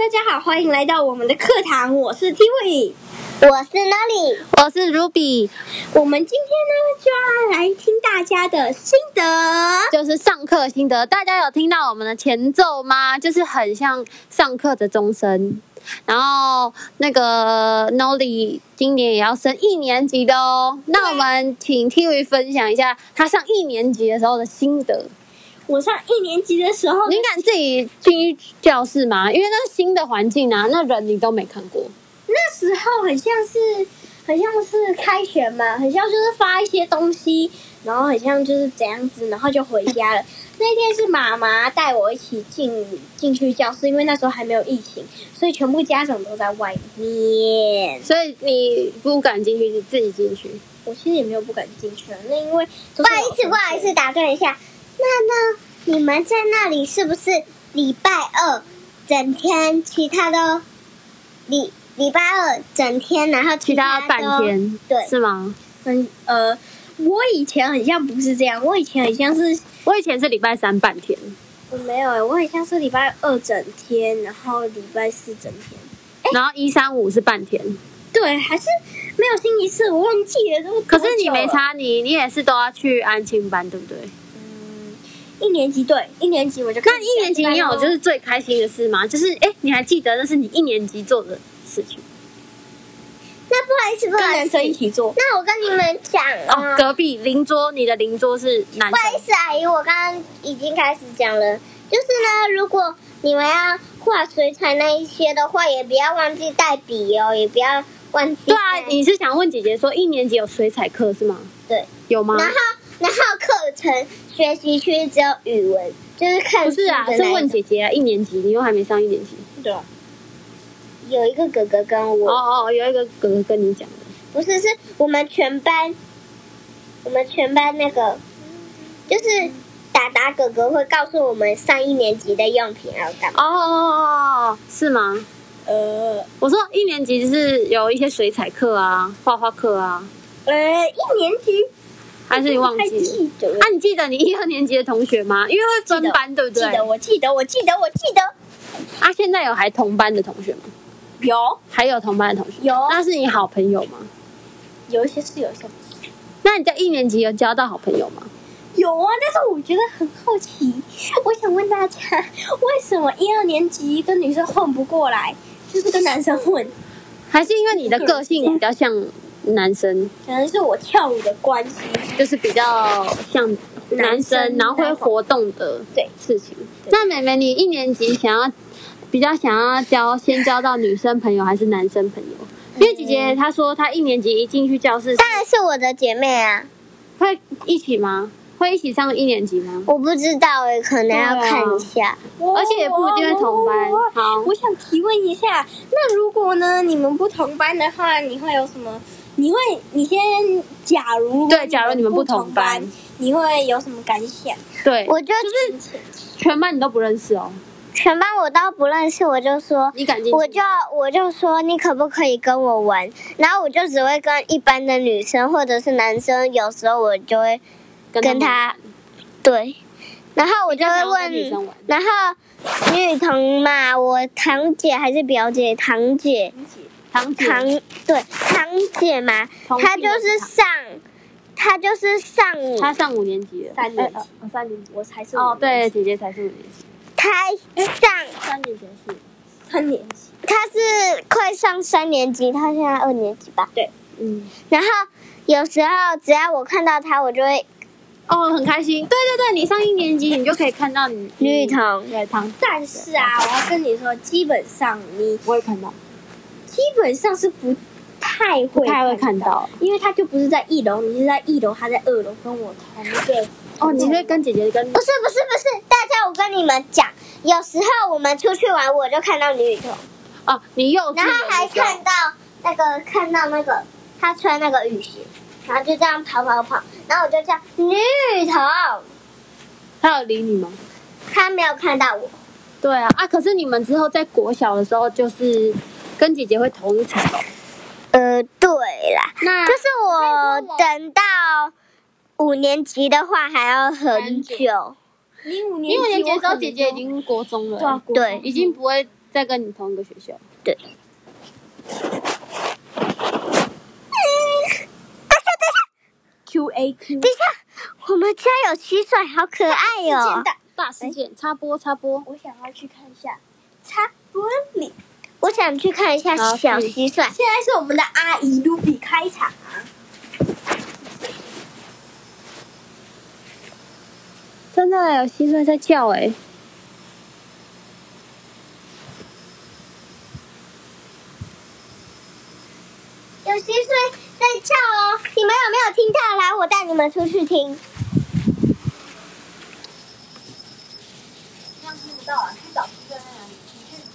大家好，欢迎来到我们的课堂。我是 Tiwi， 我是 Nolly， 我是 Ruby。 我们今天呢就要来听大家的心得， 就是上课心得。大家有听到我们的前奏吗？就是很像上课的钟声。然后那个 Nolly 今年也要升1年级的哦。那我们请 Tiwi 分享一下他上1年级的时候的心得。 我上1年级的时候， 你敢自己进去教室吗？因为那是新的环境啊，那人你都没看过。 那时候很像是开学嘛，很像就是发一些东西，然后很像就是怎样子，然后就回家了。那天是妈妈带我一起进去教室，因为那时候还没有疫情，所以全部家长都在外面。 所以你不敢进去，你自己进去。 我其实也没有不敢进去啊，那因为不好意思，打断一下。那你们在那里是不是礼拜二整天，其他都礼拜二整天，然后其他半天， 对， 是吗？ 我以前很像不是这样，我以前是礼拜 3半天。 我没有我很像是礼拜二整天，然后礼拜四整天， 然后1、3、5是半天。 对，还是没有星期四，我忘记了。 可是你没差，你也是都要去安亲班，对不对 ？1年级对，1年级我就那1年级你有就是最开心的事吗？就是你还记得那是你1年级做的事情？ 那不好意思， 跟男生一起做。 那我跟你们讲隔壁邻桌，你的邻桌是男生。 不好意思，阿姨，我刚刚已经开始讲了。就是呢，如果你们要画水彩那一些的话，也不要忘记带笔哦，也不要忘记。 对啊，你是想问姐姐说1年级有水彩课是吗？ 对， 有吗？ 然后课程学习区只有语文，就是看。 不是啊，是问姐姐啊。1年级，你又还没上1年级。 对啊。 有一个哥哥跟我。 有一个哥哥跟你讲的。 不是，是我们全班那个，就是达哥哥会告诉我们上1年级的用品要干嘛。 是吗？我说1年级就是有一些水彩课啊，画画课啊。 1年级。 还是你忘记了？你记得你1、2年级的同学吗？因为会分班，对不对？ 我记得。 现在有还同班的同学吗？ 有， 还有同班的同学。 有。 那是你好朋友吗？ 有一些是，有一些不是。 那你在1年级有交到好朋友吗？ 有啊，但是我觉得很好奇，我想问大家，为什么1、2年级跟女生混不过来，就是跟男生混？ 还是因为你的个性比较像男生？ 可能是我跳舞的关系， 就是比较像男生，然后会活动的事情。那妹妹，你1年级比较想要先交到女生朋友还是男生朋友？因为姐姐她说她1年级一进去教室， 当然是我的姐妹啊。 会一起吗？会一起上1年级吗？ 我不知道可能要看一下， 而且也不一定会同班。好， 我想提问一下，那如果呢你们不同班的话，你会有什么？假如你们不同班， 你会有什么感想？ 对， 我就是全班你都不认识哦。 全班我都不认识，我就说你敢进去？ 我就说你可不可以跟我玩？然后我就只会跟一般的女生或者是男生，有时候我就会跟他对，然后我就会问，然后女童嘛，我堂姐还是表姐？堂姐嘛，她上5年级了 ，3年级 ，3年级， 我才是对，姐姐才是5年级。 他上3年级是 3年级， 他是快上3年级，他现在2年级吧？ 对， 然后有时候只要我看到他，我就会很开心。对，你上1年级，你就可以看到女童。 但是啊，我要跟你说，基本上你不会看到， 基本上是不太会看到， 因为他就不是在1楼，你是在1楼，他在2楼，跟我同一个。 你会跟姐姐不是，大家我跟你们讲，有时候我们出去玩，我就看到女童。 你幼稚园的时候， 然后还看到那个他穿那个雨鞋，然后就这样跑，然后我就叫女童。 他有理你吗？ 他没有看到我。 对啊，可是你们之后在国小的时候，就是跟姐姐会同一层楼。 对啦，就是我等到5年级的话还要很久。 你5 年级的时候，姐姐已经国中了， 对， 已经不会在跟你同一个学校。 对。 QAQ。 等一下，我们家有蟋蟀，好可爱哦！ 大事件，插播。 我想要去看一下插播里。 我想去看一下小蟋蟀。 现在是我们的阿姨卢比开场。 真的有蟋蟀在叫哎！ 有蟋蟀在叫哦，你们有没有听到？来，我带你们出去听。 这样听不到啊，去找蟋蟀在哪里？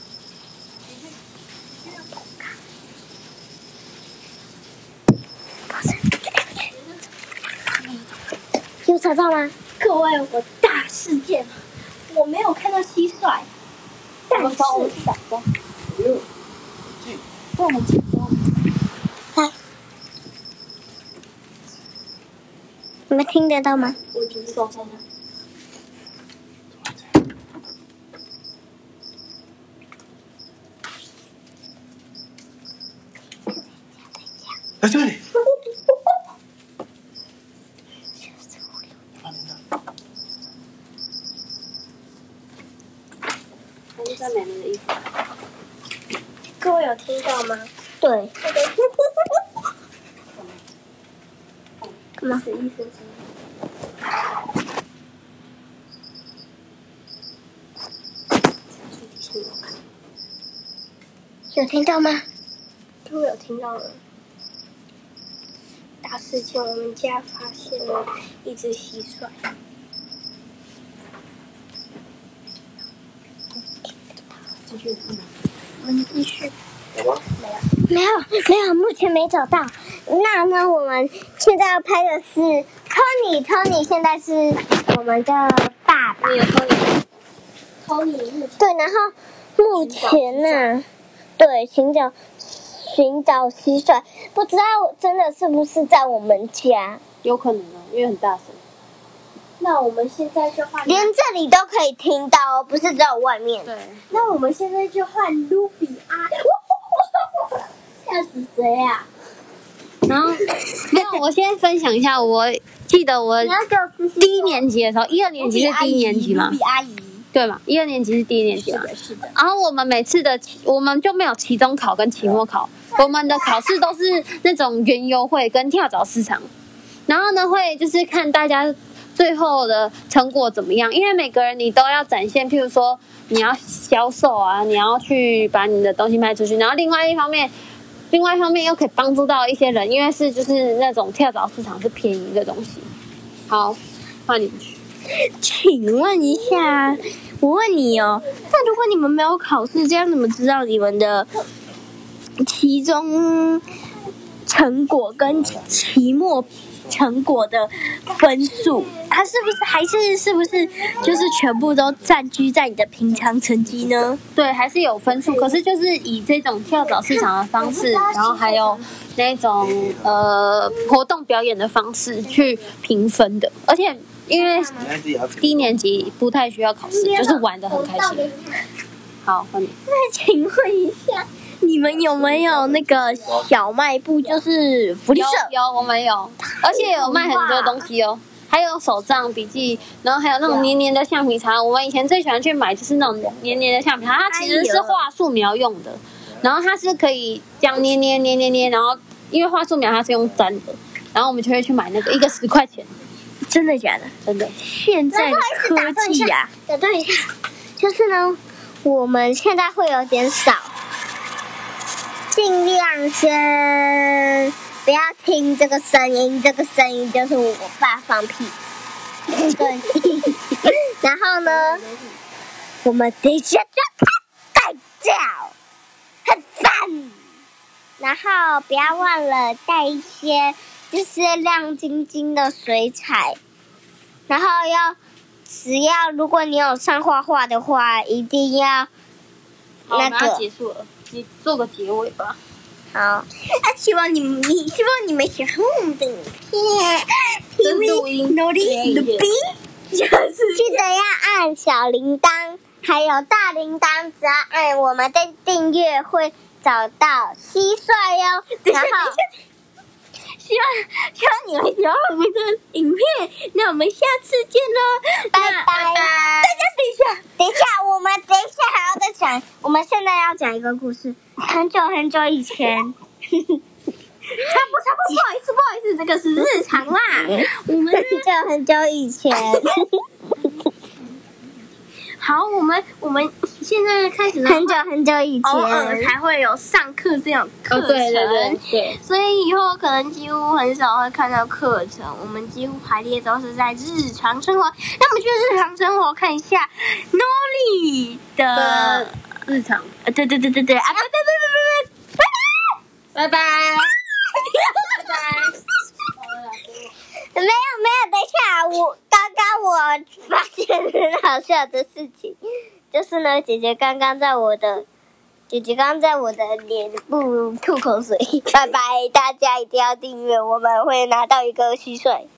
有找到吗？ 各位，我大事件，我没有看到蟋蟀，但是我们去找吧。在我们前方。 来，你们听得到吗？ 我觉得手上的。 在这里。 在美美的衣服。 各位有听到吗？ 对。 干嘛？医生有听到吗？ 各位有听到了。大事件，我们家发现了一只蟋蟀。继续，我们继续。 有吗？ 没有，目前没找到。那呢，我们现在要拍的是 Tony 现在是我们的爸爸。 你有 Tony 对，然后目前呢，对，寻找蟋蟀，不知道真的是不是在我们家？ 有可能哦，因为很大声。 那我们现在就换， 连这里都可以听到哦，不是只有外面。 对。 那我们现在就换卢比阿，吓死谁啊？ 然后没有，我先分享一下，我记得我第一年级的时候，1、2年级是第一年级嘛？ 卢比阿姨。 对嘛？1、2年级是第一年级嘛？ 是的。 然后我们每次的我们就没有期中考跟期末考，我们的考试都是那种园游会跟跳蚤市场，然后呢会就是看大家最后的成果怎么样，因为每个人你都要展现，譬如说你要销售啊，你要去把你的东西卖出去，然后另外一方面又可以帮助到一些人，因为是就是那种跳蚤市场是便宜的东西。好，换你去。 请问一下，我问你哦，那如果你们没有考试，这样怎么知道你们的期中成果跟期末成果的分数？它是不是就是全部都占据在你的平常成绩呢？ 对，还是有分数，可是就是以这种跳蚤市场的方式，然后还有那种活动表演的方式去评分的，而且因为低年级不太需要考试，就是玩得很开心。好，换你。 那请问一下，你们有没有那个小卖部，就是福利社？ 有，我们有，而且有卖很多东西哦，还有手账笔记，然后还有那种黏黏的橡皮擦。我们以前最喜欢去买就是那种黏黏的橡皮擦，它其实是画素描用的，然后它是可以这样捏，然后因为画素描它是用粘的，然后我们就会去买那个，一个10块钱。 真的假的？ 真的。 现在的科技啊， 打断一下，就是呢，我们现在会有点少，尽量先不要听这个声音，这个声音就是我爸放屁。对，然后呢，我们等一下就他带叫，很烦。然后不要忘了带一些就是亮晶晶的水彩，然后如果你有上画画的话，一定要好， 那个。 我们要结束了，你做个结尾吧。 好， 希望你们喜欢我们的影片， 跟录音努力的比，就是记得要按小铃铛， 还有大铃铛，只要按我们的订阅会找到蟋蟀哟。然后希望你们喜欢我们的影片，那我们下次见喽， 拜拜。 大家等一下，我们等一下还要再讲。我们现在要讲一个故事，很久很久以前。 差不多，不好意思，这个是日常啦。我们很久以前。 好，我们现在开始很久以前， 偶尔才会有上课这种课程， 对， 所以以后可能几乎很少会看到课程，我们几乎排列都是在日常生活。那我们去日常生活看一下 Nolly 的日常。 对啊，拜拜。 没有，等一下，刚刚我发现很好笑的事情，就是呢，姐姐刚刚在我的脸部吐口水。拜拜，大家一定要订阅，我们会拿到一个蟋蟀。